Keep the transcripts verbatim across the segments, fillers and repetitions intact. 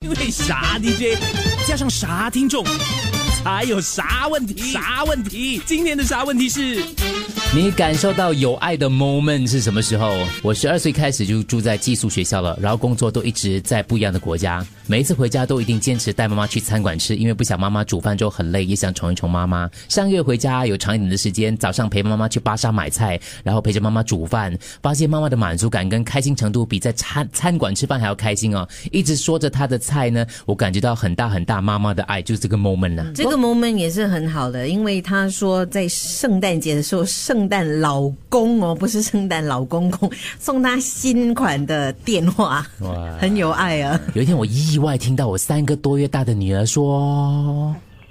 因为傻 D J 加上傻听众，才有啥问题？啥问题？今天的啥问题是？ 你感受到有爱的 moment 是什么时候？我十二岁开始就住在寄宿学校了，然后工作都一直在不一样的国家。每一次回家都一定坚持带妈妈去餐馆吃，因为不想妈妈煮饭之后很累，也想宠一宠妈妈。上个月回家有长一点的时间，早上陪妈妈去巴沙买菜，然后陪着妈妈煮饭，发现妈妈的满足感跟开心程度比在餐餐馆吃饭还要开心哦。一直说着她的菜呢，我感觉到很大很大妈妈的爱，就是这个 moment 啊。 这个 moment 也是很好的，因为他说在圣诞节的时候，圣诞老公哦，不是圣诞老公公，送他新款的电话，哇，很有爱啊。 有一天我意外听到我三个多月大的女儿说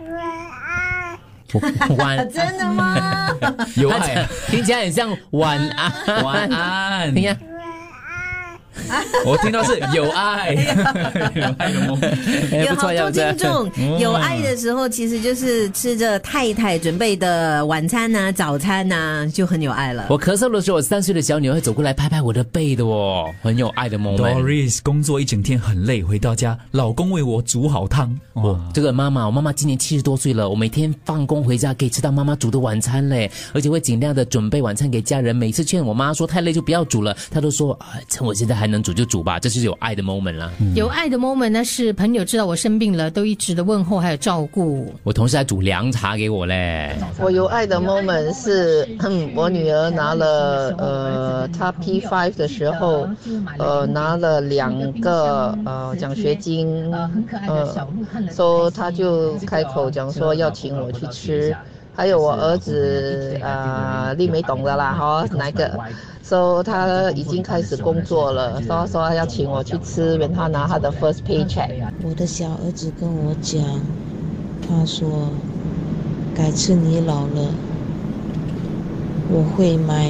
晚安。 真的吗？ 有爱啊，听起来很像晚安。 晚安， 听呀。 我听到是有爱，有爱的梦。 有好多听众有爱的时候，其实就是吃着太太准备的晚餐啊、早餐啊，就很有爱了。 我咳嗽的时候，我三岁的小女儿会走过来拍拍我的背的哦，很有爱的 moment。 Doris 工作一整天很累，回到家老公为我煮好汤。 哦，这个妈妈，我妈妈今年七十多岁了，我每天放工回家可以吃到妈妈煮的晚餐嘞，而且会尽量的准备晚餐给家人。每次劝我妈说太累就不要煮了，她都说啊，趁我现在还能煮就煮吧，这是有爱的 moment 啦。 嗯、有爱的 moment 呢，是朋友知道我生病了，都一直的问候还有照顾。 我同事还煮凉茶给我嘞。 我有爱的 moment 是，嗯，我女儿拿了呃，她 P 五 的时候，呃，拿了两个呃奖学金，呃，所以她就开口讲说要请我去吃。还有我儿子，呃，丽梅懂的啦，哈，哪个？所以他已经开始工作了，所以说要请我去吃，让他拿他的 first paycheck。 我的小儿子跟我讲，他说，改次你老了，我会买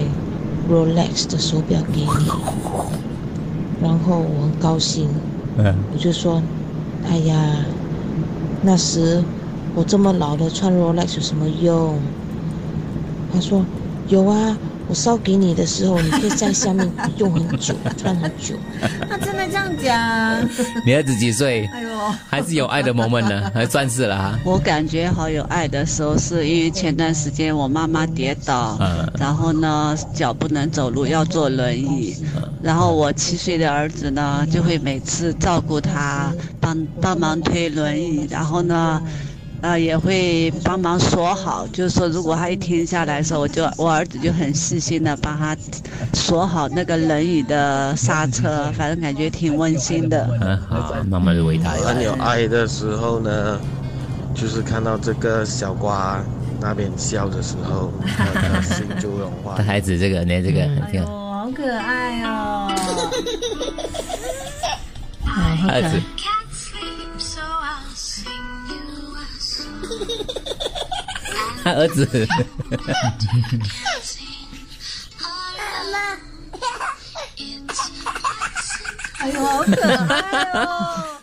Rolex 的手表给你。然后我很高兴，嗯，我就说，哎呀，那时我这么老了穿 Rolex 有什么用？他说，有啊。我烧给你的时候，你可以在下面用很久，穿很久。 他真的这样讲？ 你儿子几岁？哎呦，还是有爱的 moment 呢，还算是了哈。 我感觉好有爱的时候，是因为前段时间我妈妈跌倒，嗯、然后呢脚不能走路，要坐轮椅，嗯、然后我七岁的儿子呢就会每次照顾他，帮帮忙推轮椅，然后呢。呃，也会帮忙锁好，就是说，如果他一停下来的时候，我就我儿子就很细心的帮他锁好那个轮椅的刹车，反正感觉挺温馨的。 嗯，好，妈妈就为他很有爱的时候呢，就是看到这个小瓜那边笑的时候，他的心就融化。 他孩子这个呢，这个， 哎呦，好可爱哦！ 孩子。他儿子哎呦，好可爱哦！